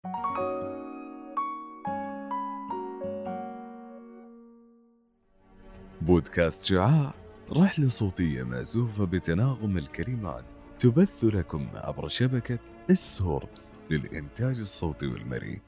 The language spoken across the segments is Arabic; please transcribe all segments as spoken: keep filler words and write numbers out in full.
بودكاست شعاع، رحلة صوتية مأزوفة بتناغم الكلمات، تبث لكم عبر شبكة السورث للإنتاج الصوتي والمرئي.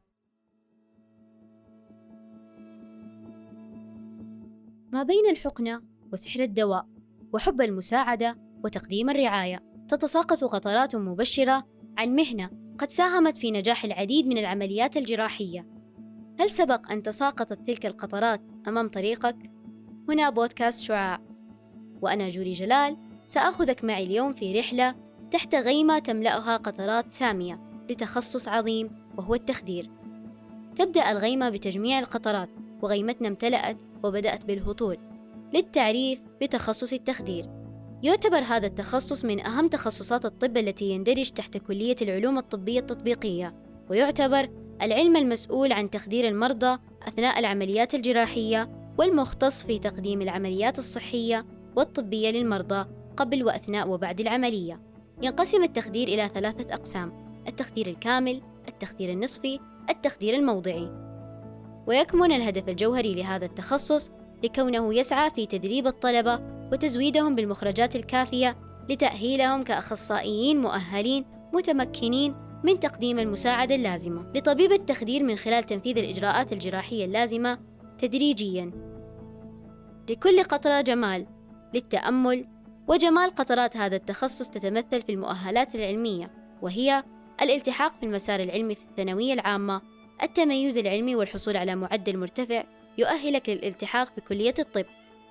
ما بين الحقنة وسحر الدواء وحب المساعدة وتقديم الرعاية، تتساقط قطرات مبشرة عن مهنة قد ساهمت في نجاح العديد من العمليات الجراحية. هل سبق أن تساقطت تلك القطرات أمام طريقك؟ هنا بودكاست شعاع، وأنا جوري جلال سأخذك معي اليوم في رحلة تحت غيمة تملأها قطرات سامية لتخصص عظيم وهو التخدير. تبدأ الغيمة بتجميع القطرات، وغيمتنا امتلأت وبدأت بالهطول. للتعريف بتخصص التخدير، يعتبر هذا التخصص من أهم تخصصات الطب التي يندرج تحت كلية العلوم الطبية التطبيقية، ويعتبر العلم المسؤول عن تخدير المرضى أثناء العمليات الجراحية، والمختص في تقديم العمليات الصحية والطبية للمرضى قبل وأثناء وبعد العملية. ينقسم التخدير إلى ثلاثة أقسام: التخدير الكامل، التخدير النصفي، التخدير الموضعي. ويكمن الهدف الجوهري لهذا التخصص لكونه يسعى في تدريب الطلبة وتزويدهم بالمخرجات الكافية لتأهيلهم كأخصائيين مؤهلين متمكنين من تقديم المساعدة اللازمة لطبيب التخدير من خلال تنفيذ الإجراءات الجراحية اللازمة تدريجياً. لكل قطرة جمال للتأمل، وجمال قطرات هذا التخصص تتمثل في المؤهلات العلمية، وهي الالتحاق في المسار العلمي في الثانوية العامة، التميز العلمي والحصول على معدل مرتفع يؤهلك للالتحاق بكلية الطب.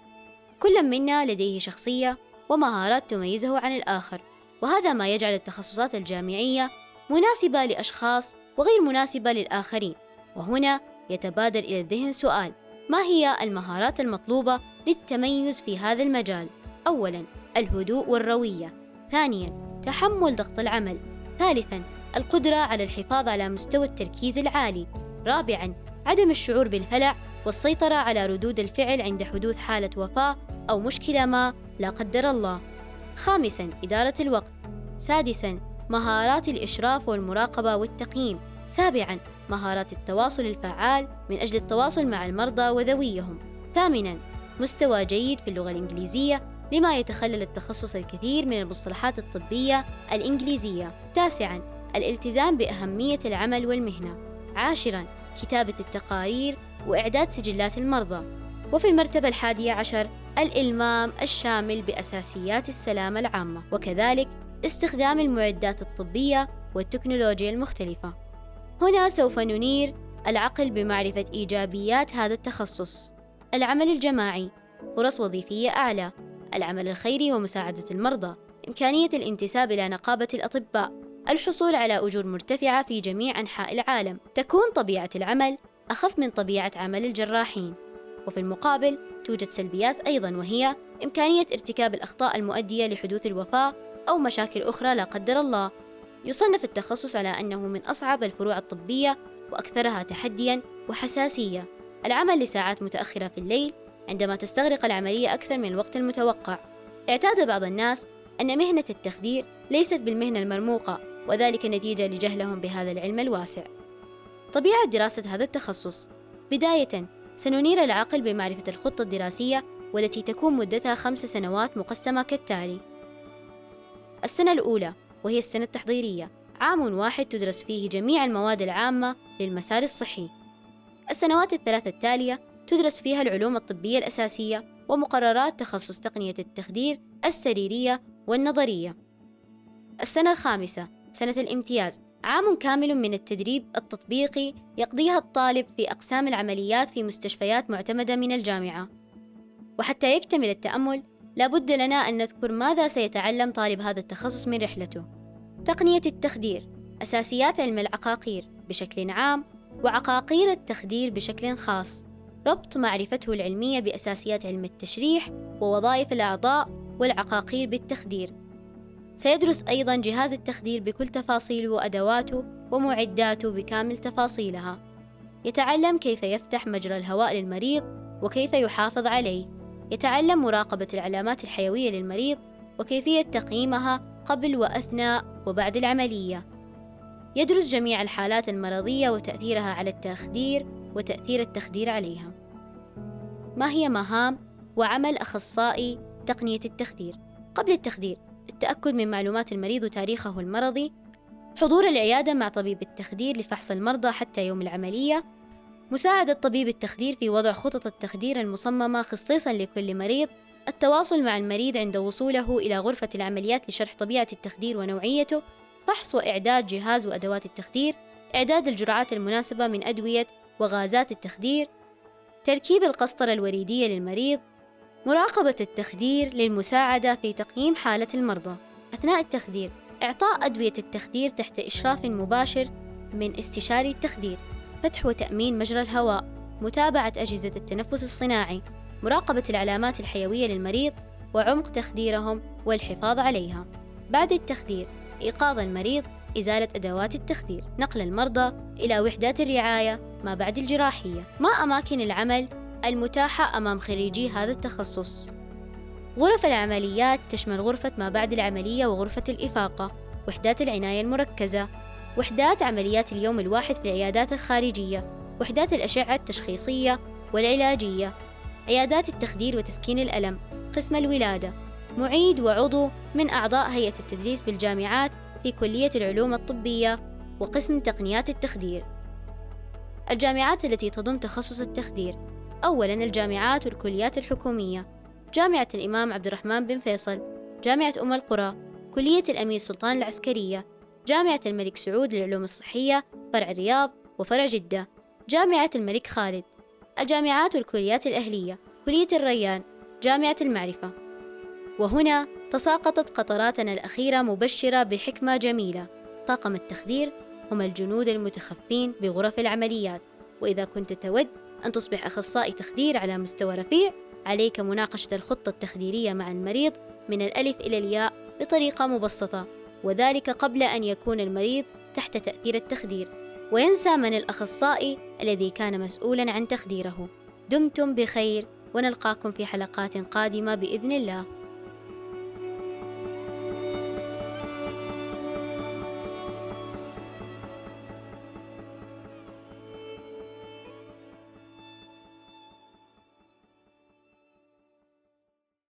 كل منا لديه شخصية ومهارات تميزه عن الآخر، وهذا ما يجعل التخصصات الجامعية مناسبة لأشخاص وغير مناسبة للآخرين. وهنا يتبادر إلى الذهن سؤال: ما هي المهارات المطلوبة للتميز في هذا المجال؟ أولاً، الهدوء والروية. ثانياً، تحمل ضغط العمل. ثالثاً، القدرة على الحفاظ على مستوى التركيز العالي. رابعاً، عدم الشعور بالهلع والسيطرة على ردود الفعل عند حدوث حالة وفاة أو مشكلة ما لا قدر الله. خامساً، إدارة الوقت. سادساً، مهارات الإشراف والمراقبة والتقييم. سابعاً، مهارات التواصل الفعال من أجل التواصل مع المرضى وذويهم. ثامناً، مستوى جيد في اللغة الإنجليزية، لما يتخلل التخصص الكثير من المصطلحات الطبية الإنجليزية. تاسعاً، الالتزام بأهمية العمل والمهنة. عاشراً، كتابة التقارير وإعداد سجلات المرضى. وفي المرتبة الحادية عشر، الإلمام الشامل بأساسيات السلامة العامة، وكذلك استخدام المعدات الطبية والتكنولوجيا المختلفة. هنا سوف ننير العقل بمعرفة إيجابيات هذا التخصص: العمل الجماعي، فرص وظيفية أعلى، العمل الخيري ومساعدة المرضى، إمكانية الانتساب إلى نقابة الأطباء، الحصول على أجور مرتفعة في جميع أنحاء العالم. تكون طبيعة العمل أخف من طبيعة عمل الجراحين، وفي المقابل توجد سلبيات أيضاً، وهي إمكانية ارتكاب الأخطاء المؤدية لحدوث الوفاة أو مشاكل أخرى لا قدر الله. يصنف التخصص على أنه من أصعب الفروع الطبية وأكثرها تحدياً وحساسية. العمل لساعات متأخرة في الليل عندما تستغرق العملية أكثر من الوقت المتوقع. اعتاد بعض الناس أن مهنة التخدير ليست بالمهنة المرموقة، وذلك نتيجة لجهلهم بهذا العلم الواسع. طبيعة دراسة هذا التخصص: بداية سننير العقل بمعرفة الخطة الدراسية، والتي تكون مدتها خمس سنوات مقسمة كالتالي. السنة الأولى وهي السنة التحضيرية، عام واحد تدرس فيه جميع المواد العامة للمسار الصحي. السنوات الثلاث التالية تدرس فيها العلوم الطبية الأساسية ومقررات تخصص تقنية التخدير السريرية والنظرية. السنة الخامسة سنة الامتياز، عام كامل من التدريب التطبيقي يقضيها الطالب في أقسام العمليات في مستشفيات معتمدة من الجامعة. وحتى يكتمل التأمل لابد لنا أن نذكر ماذا سيتعلم طالب هذا التخصص من رحلته. تقنية التخدير، أساسيات علم العقاقير بشكل عام وعقاقير التخدير بشكل خاص، ربط معرفته العلمية بأساسيات علم التشريح ووظائف الأعضاء والعقاقير بالتخدير. سيدرس أيضاً جهاز التخدير بكل تفاصيله وأدواته ومعداته بكامل تفاصيلها. يتعلم كيف يفتح مجرى الهواء للمريض وكيف يحافظ عليه. يتعلم مراقبة العلامات الحيوية للمريض وكيفية تقييمها قبل وأثناء وبعد العملية. يدرس جميع الحالات المرضية وتأثيرها على التخدير وتأثير التخدير عليها. ما هي مهام وعمل أخصائي تقنية التخدير؟ قبل التخدير: التأكد من معلومات المريض وتاريخه المرضي، حضور العيادة مع طبيب التخدير لفحص المرضى حتى يوم العملية، مساعدة طبيب التخدير في وضع خطط التخدير المصممة خصيصاً لكل مريض، التواصل مع المريض عند وصوله إلى غرفة العمليات لشرح طبيعة التخدير ونوعيته، فحص وإعداد جهاز وأدوات التخدير، إعداد الجرعات المناسبة من أدوية وغازات التخدير، تركيب القسطرة الوريدية للمريض، مراقبة التخدير للمساعدة في تقييم حالة المرضى. أثناء التخدير: إعطاء أدوية التخدير تحت إشراف مباشر من استشاري التخدير، فتح وتأمين مجرى الهواء، متابعة أجهزة التنفس الصناعي، مراقبة العلامات الحيوية للمريض وعمق تخديرهم والحفاظ عليها. بعد التخدير: إيقاظ المريض، إزالة أدوات التخدير، نقل المرضى إلى وحدات الرعاية ما بعد الجراحية. ما أماكن العمل المتاحة أمام خريجي هذا التخصص؟ غرف العمليات تشمل غرفة ما بعد العملية وغرفة الإفاقة، وحدات العناية المركزة، وحدات عمليات اليوم الواحد في العيادات الخارجية، وحدات الأشعة التشخيصية والعلاجية، عيادات التخدير وتسكين الألم، قسم الولادة، معيد وعضو من أعضاء هيئة التدريس بالجامعات في كلية العلوم الطبية وقسم تقنيات التخدير. الجامعات التي تضم تخصص التخدير: أولاً الجامعات والكليات الحكومية، جامعة الإمام عبد الرحمن بن فيصل، جامعة أم القرى، كلية الأمير سلطان العسكرية، جامعة الملك سعود للعلوم الصحية فرع الرياض وفرع جدة، جامعة الملك خالد. الجامعات والكليات الأهلية: كلية الريان، جامعة المعرفة. وهنا تساقطت قطراتنا الأخيرة مبشرة بحكمة جميلة: طاقم التخدير هم الجنود المتخفين بغرف العمليات. وإذا كنت تود أن تصبح أخصائي تخدير على مستوى رفيع، عليك مناقشة الخطة التخديرية مع المريض من الألف إلى الياء بطريقة مبسطة، وذلك قبل أن يكون المريض تحت تأثير التخدير، وينسى من الأخصائي الذي كان مسؤولاً عن تخديره. دمتم بخير، ونلقاكم في حلقات قادمة بإذن الله.